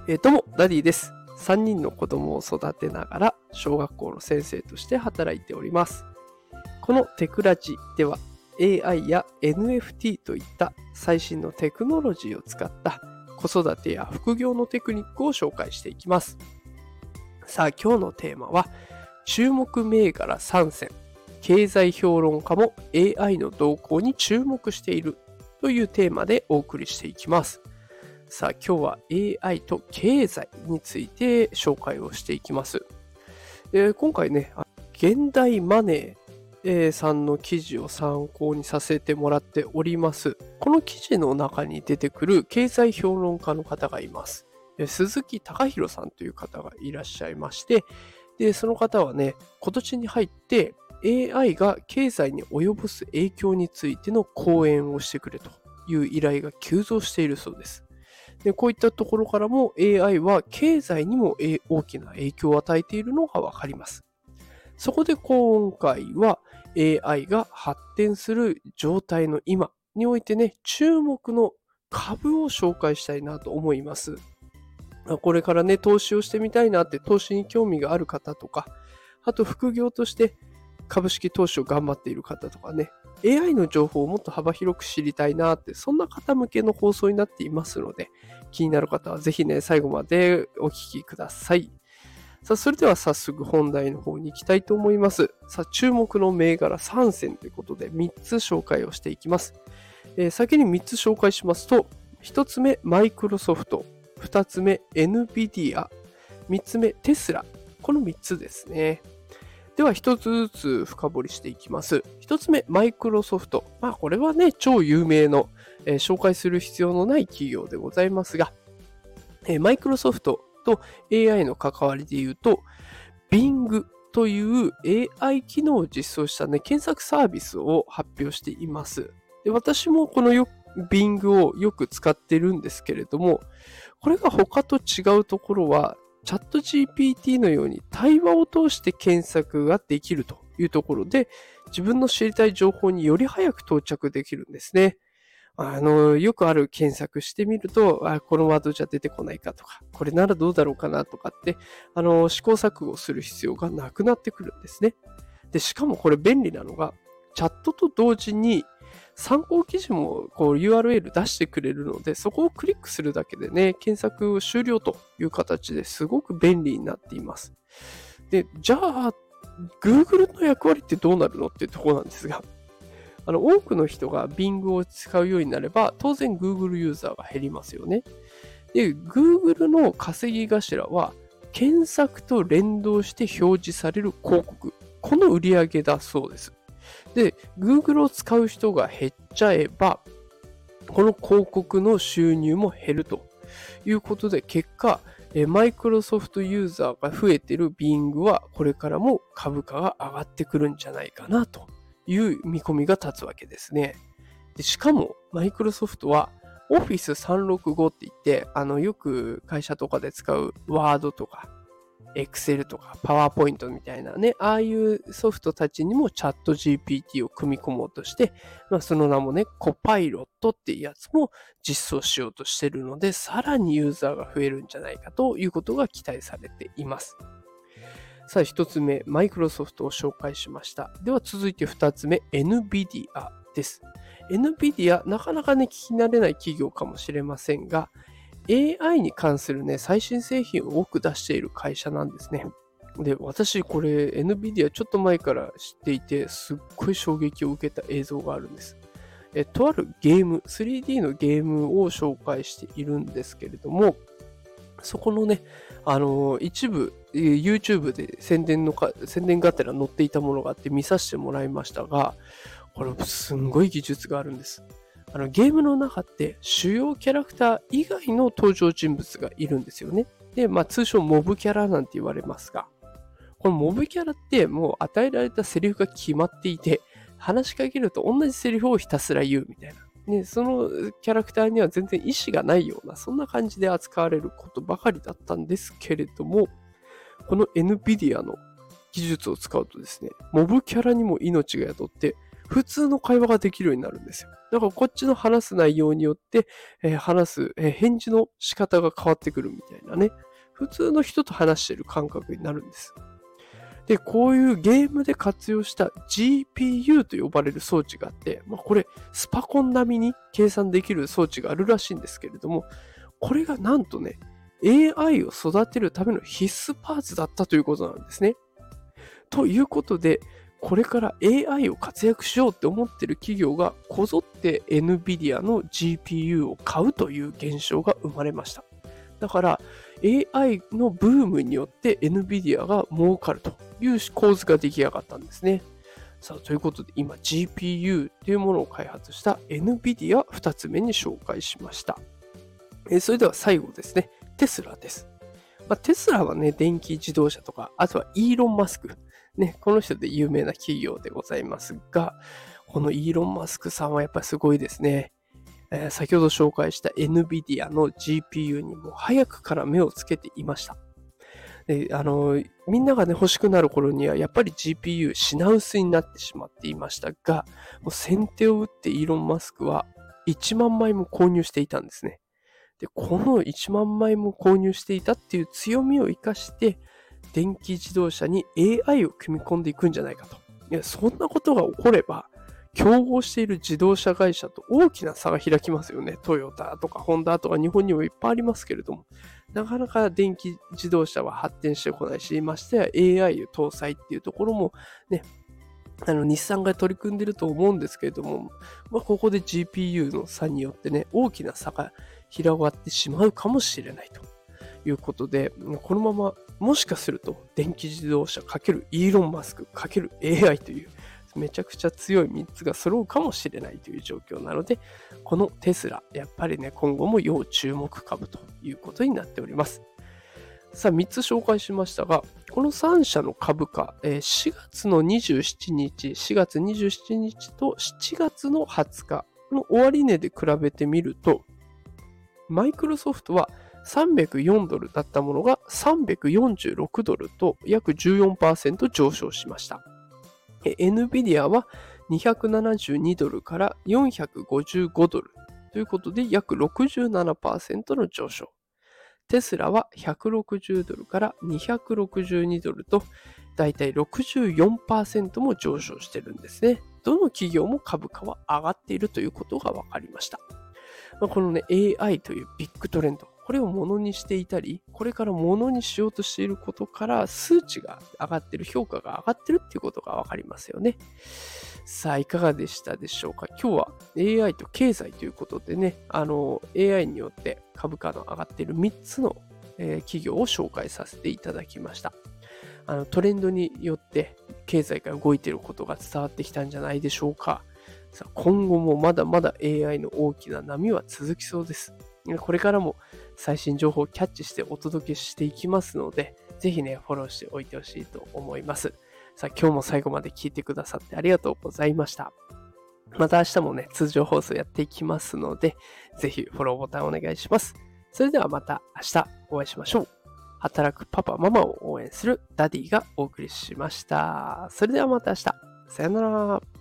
どうも、ダディです。3人の子供を育てながら小学校の先生として働いております。このテクラジでは AI や NFT といった最新のテクノロジーを使った子育てや副業のテクニックを紹介していきます。さあ、今日のテーマは注目銘柄3選。経済評論家も AI の動向に注目しているというテーマでお送りしていきます。さあ、今日は AI と経済について紹介をしていきます。今回ね、現代マネーさんの記事を参考にさせてもらっております。この記事の中に出てくる経済評論家の方がいます。鈴木貴弘さんという方がいらっしゃいまして、で、その方はね、今年に入って AI が経済に及ぼす影響についての講演をしてくれという依頼が急増しているそうです。で、こういったところからも AI は経済にも大きな影響を与えているのがわかります。そこで今回は AI が発展する状態の今においてね、注目の株を紹介したいなと思います。これからね、投資をしてみたいなって投資に興味がある方とか、あと副業として株式投資を頑張っている方とかね、AI の情報をもっと幅広く知りたいなって、そんな方向けの放送になっていますので、気になる方はぜひね、最後までお聞きください。さあ、それでは早速本題の方に行きたいと思います。さあ、注目の銘柄3選ということで3つ紹介をしていきます。先に3つ紹介しますと、1つ目、マイクロソフト、2つ目、NVIDIA、3つ目、テスラ。この3つですね。では一つずつ深掘りしていきます。一つ目、マイクロソフト。これはね、超有名の、紹介する必要のない企業でございますが、マイクロソフトと AI の関わりで言うと、Bing という AI 機能を実装したね、検索サービスを発表しています。で、私もこのBing をよく使ってるんですけれども、これが他と違うところは、チャット GPT のように対話を通して検索ができるというところで、自分の知りたい情報により早く到着できるんですね。よくある検索してみると、このワードじゃ出てこないかとか、これならどうだろうかなとかって、試行錯誤する必要がなくなってくるんですね。で、しかもこれ便利なのが、チャットと同時に参考記事もURL 出してくれるので、そこをクリックするだけでね、検索終了という形ですごく便利になっています。で、じゃあ、Google の役割ってどうなるのっていうところなんですが、多くの人が Bing を使うようになれば、当然 Google ユーザーが減りますよね。で、Google の稼ぎ頭は、検索と連動して表示される広告。この売り上げだそうです。で、Google を使う人が減っちゃえば、この広告の収入も減るということで、結果、マイクロソフトユーザーが増えている Bing は、これからも株価が上がってくるんじゃないかなという見込みが立つわけですね。で、しかも、マイクロソフトは Office 365って言って、よく会社とかで使う Word とか、Excel とか PowerPoint みたいなね、ああいうソフトたちにもチャット GPT を組み込もうとして、その名もね、コパイロットっていうやつも実装しようとしているので、さらにユーザーが増えるんじゃないかということが期待されています。さあ、一つ目、マイクロソフトを紹介しました。では続いて二つ目、NVIDIA です。NVIDIA、なかなかね、聞き慣れない企業かもしれませんが、AI に関するね、最新製品を多く出している会社なんですね。で、私、これ、NVIDIA ちょっと前から知っていて、すっごい衝撃を受けた映像があるんです。とあるゲーム、3D のゲームを紹介しているんですけれども、そこのね、一部、YouTube で宣伝がてら載っていたものがあって見させてもらいましたが、これすんごい技術があるんです。ゲームの中って主要キャラクター以外の登場人物がいるんですよね。で、通称モブキャラなんて言われますが、このモブキャラってもう与えられたセリフが決まっていて、話しかけると同じセリフをひたすら言うみたいな。ね、そのキャラクターには全然意思がないような、そんな感じで扱われることばかりだったんですけれども、この NVIDIA の技術を使うとですね、モブキャラにも命が宿って、普通の会話ができるようになるんですよ。 だからこっちの話す内容によって、返事の仕方が変わってくるみたいなね。普通の人と話してる感覚になるんです。で、こういうゲームで活用した GPU と呼ばれる装置があって、これスパコン並みに計算できる装置があるらしいんですけれども、これがなんとね、AI を育てるための必須パーツだったということなんですね。ということで、これから AI を活躍しようって思ってる企業がこぞって NVIDIA の GPU を買うという現象が生まれました。だから AI のブームによって NVIDIA が儲かるという構図が出来上がったんですね。さあ、ということで今 GPU というものを開発した NVIDIA2 つ目に紹介しました。それでは最後ですね。テスラです。テスラはね、電気自動車とか、あとはイーロン・マスク。ね、この人で有名な企業でございますが、このイーロン・マスクさんはやっぱりすごいですね。先ほど紹介した NVIDIA の GPU にも早くから目をつけていました。でみんながね、欲しくなる頃にはやっぱり GPU 品薄になってしまっていましたが、もう先手を打ってイーロン・マスクは1万枚も購入していたんですね。で、この1万枚も購入していたっていう強みを生かして、電気自動車に AI を組み込んでいくんじゃないかと。いや、そんなことが起これば、競合している自動車会社と大きな差が開きますよね。トヨタとかホンダとか日本にもいっぱいありますけれども、なかなか電気自動車は発展してこないし、ましてや AI を搭載っていうところもね、日産が取り組んでると思うんですけれども、ここで GPU の差によってね、大きな差が広がってしまうかもしれないということで、このままもしかすると電気自動車×イーロン・マスク×AI というめちゃくちゃ強い3つが揃うかもしれないという状況なので、このテスラ、やっぱりね、今後も要注目株ということになっております。さあ、3つ紹介しましたが、この3社の株価、4月の27日、4月27日と7月の20日の終値で比べてみると、マイクロソフトは304ドルだったものが346ドルと約 14% 上昇しました。NVIDIA は272ドルから455ドルということで約 67% の上昇。テスラは160ドルから262ドルとだいたい 64% も上昇してるんですね。どの企業も株価は上がっているということが分かりました。このね、AI というビッグトレンド、これをものにしていたり、これからものにしようとしていることから数値が上がってる、評価が上がってるっていうことがわかりますよね。さあ、いかがでしたでしょうか。今日は AI と経済ということでね、AI によって株価の上がっている3つの、企業を紹介させていただきました。トレンドによって経済が動いていることが伝わってきたんじゃないでしょうか。今後もまだまだ AI の大きな波は続きそうです。これからも最新情報をキャッチしてお届けしていきますので、ぜひね、フォローしておいてほしいと思います。さあ、今日も最後まで聞いてくださってありがとうございました。また明日もね、通常放送やっていきますので、ぜひフォローボタンお願いします。それではまた明日お会いしましょう。働くパパママを応援するダディがお送りしました。それではまた明日。さよなら。